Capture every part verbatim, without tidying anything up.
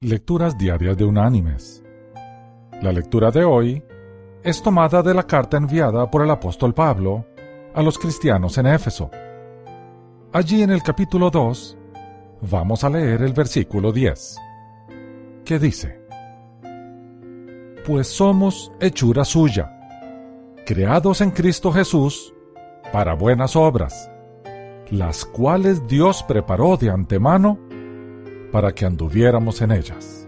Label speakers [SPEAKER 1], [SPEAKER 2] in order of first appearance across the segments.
[SPEAKER 1] Lecturas diarias de Unánimes. La lectura de hoy es tomada de la carta enviada por el apóstol Pablo a los cristianos en Éfeso. Allí en el capítulo dos vamos a leer el versículo diez, que dice: Pues somos hechura suya, creados en Cristo Jesús para buenas obras, las cuales Dios preparó de antemano para que anduviéramos en ellas.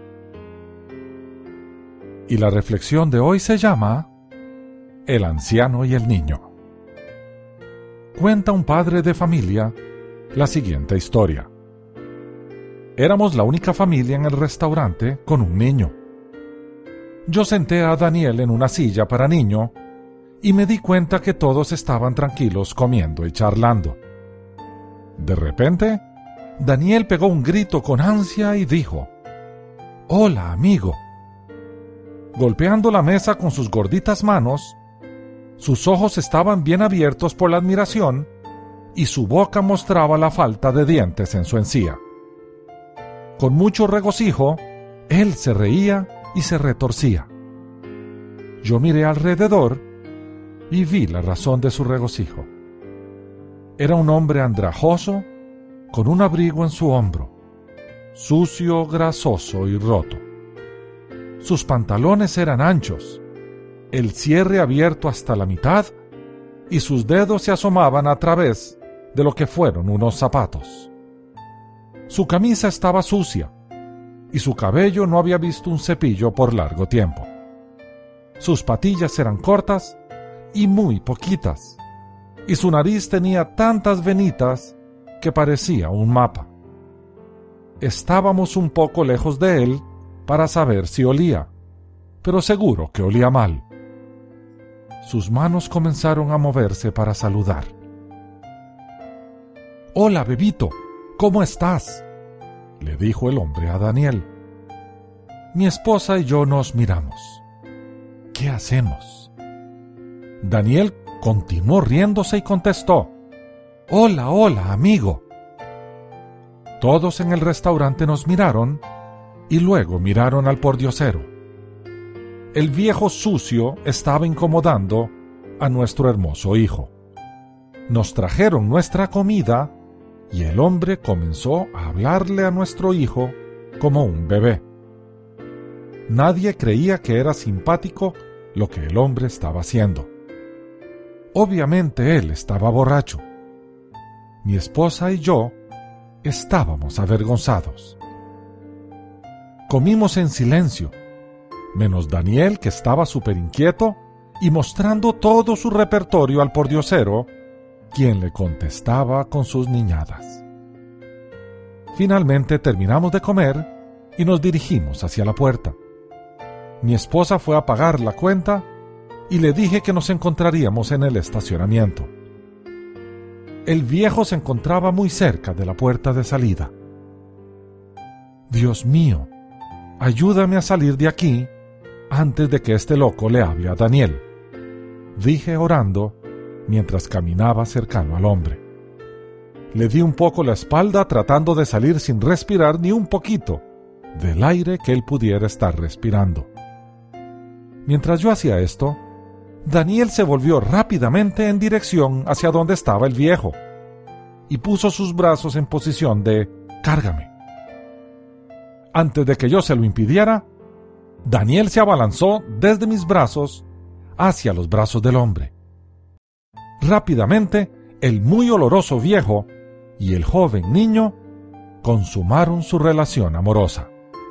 [SPEAKER 1] Y la reflexión de hoy se llama El anciano y el niño. Cuenta un padre de familia la siguiente historia. Éramos la única familia en el restaurante con un niño. Yo senté a Daniel en una silla para niño y me di cuenta que todos estaban tranquilos comiendo y charlando. De repente, Daniel pegó un grito con ansia y dijo: «¡Hola, amigo!». Golpeando la mesa con sus gorditas manos, sus ojos estaban bien abiertos por la admiración y su boca mostraba la falta de dientes en su encía. Con mucho regocijo, él se reía y se retorcía. Yo miré alrededor y vi la razón de su regocijo. Era un hombre andrajoso con un abrigo en su hombro, sucio, grasoso y roto. Sus pantalones eran anchos, el cierre abierto hasta la mitad, y sus dedos se asomaban a través de lo que fueron unos zapatos. Su camisa estaba sucia, y su cabello no había visto un cepillo por largo tiempo. Sus patillas eran cortas y muy poquitas, y su nariz tenía tantas venitas que parecía un mapa. Estábamos un poco lejos de él para saber si olía, pero seguro que olía mal. Sus manos comenzaron a moverse para saludar. «Hola, bebito, ¿cómo estás?», le dijo el hombre a Daniel. Mi esposa y yo nos miramos. ¿Qué hacemos? Daniel continuó riéndose y contestó: «Hola, hola, amigo». Todos en el restaurante nos miraron y luego miraron al pordiosero. El viejo sucio estaba incomodando a nuestro hermoso hijo. Nos trajeron nuestra comida y el hombre comenzó a hablarle a nuestro hijo como un bebé. Nadie creía que era simpático lo que el hombre estaba haciendo. Obviamente él estaba borracho. Mi esposa y yo estábamos avergonzados. Comimos en silencio, menos Daniel, que estaba súper inquieto y mostrando todo su repertorio al pordiosero, quien le contestaba con sus niñadas. Finalmente terminamos de comer y nos dirigimos hacia la puerta. Mi esposa fue a pagar la cuenta y le dije que nos encontraríamos en el estacionamiento. El viejo se encontraba muy cerca de la puerta de salida. «Dios mío, ayúdame a salir de aquí antes de que este loco le hable a Daniel», dije orando mientras caminaba cercano al hombre. Le di un poco la espalda tratando de salir sin respirar ni un poquito del aire que él pudiera estar respirando. Mientras yo hacía esto, Daniel se volvió rápidamente en dirección hacia donde estaba el viejo y puso sus brazos en posición de «cárgame». Antes de que yo se lo impidiera, Daniel se abalanzó desde mis brazos hacia los brazos del hombre. Rápidamente, el muy oloroso viejo y el joven niño consumaron su relación amorosa.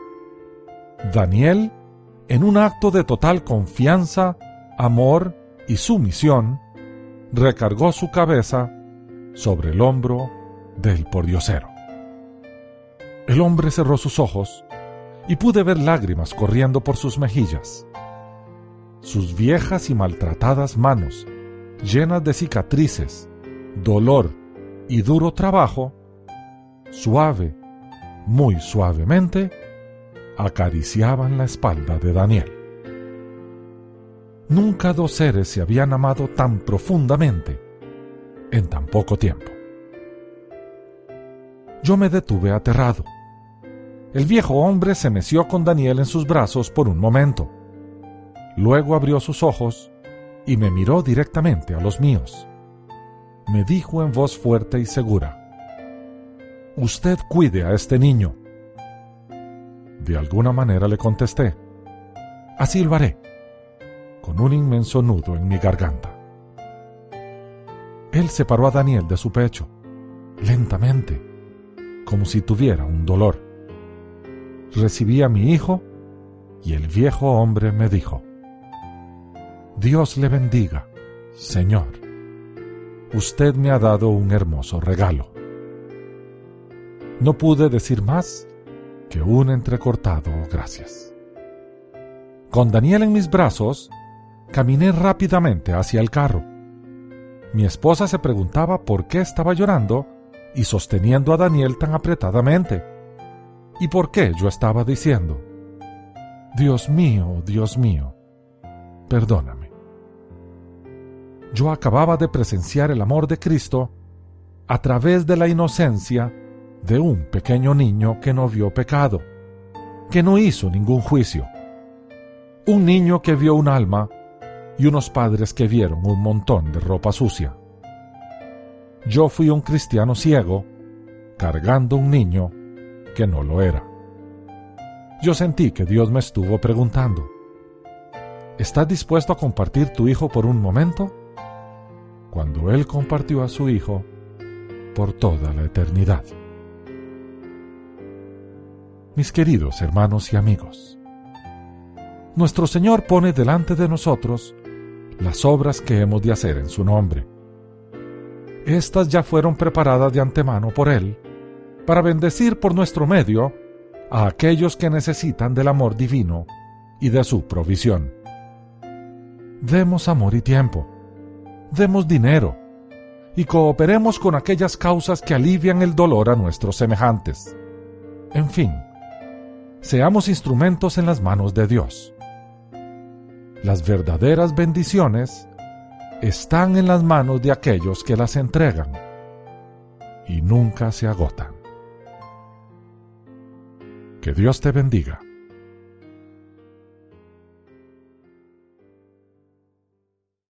[SPEAKER 1] Daniel, en un acto de total confianza, amor y sumisión, recargó su cabeza sobre el hombro del pordiosero. El hombre cerró sus ojos y pude ver lágrimas corriendo por sus mejillas. Sus viejas y maltratadas manos, llenas de cicatrices, dolor y duro trabajo, suave, muy suavemente, acariciaban la espalda de Daniel. Nunca dos seres se habían amado tan profundamente en tan poco tiempo. Yo me detuve aterrado. El viejo hombre se meció con Daniel en sus brazos por un momento. Luego abrió sus ojos y me miró directamente a los míos. Me dijo en voz fuerte y segura: «Usted cuide a este niño». De alguna manera le contesté: «Así lo haré», con un inmenso nudo en mi garganta. Él separó a Daniel de su pecho, lentamente, como si tuviera un dolor. Recibí a mi hijo y el viejo hombre me dijo: «Dios le bendiga, Señor. Usted me ha dado un hermoso regalo». No pude decir más que un entrecortado gracias. Con Daniel en mis brazos, caminé rápidamente hacia el carro. Mi esposa se preguntaba por qué estaba llorando y sosteniendo a Daniel tan apretadamente, y por qué yo estaba diciendo: «Dios mío, Dios mío, perdóname». Yo acababa de presenciar el amor de Cristo a través de la inocencia de un pequeño niño que no vio pecado, que no hizo ningún juicio. Un niño que vio un alma y unos padres que vieron un montón de ropa sucia. Yo fui un cristiano ciego, cargando un niño que no lo era. Yo sentí que Dios me estuvo preguntando: ¿estás dispuesto a compartir tu hijo por un momento? Cuando Él compartió a su hijo por toda la eternidad. Mis queridos hermanos y amigos, nuestro Señor pone delante de nosotros las obras que hemos de hacer en su nombre. Estas ya fueron preparadas de antemano por Él para bendecir por nuestro medio a aquellos que necesitan del amor divino y de su provisión. Demos amor y tiempo, demos dinero y cooperemos con aquellas causas que alivian el dolor a nuestros semejantes. En fin, seamos instrumentos en las manos de Dios. Las verdaderas bendiciones están en las manos de aquellos que las entregan y nunca se agotan. Que Dios te bendiga.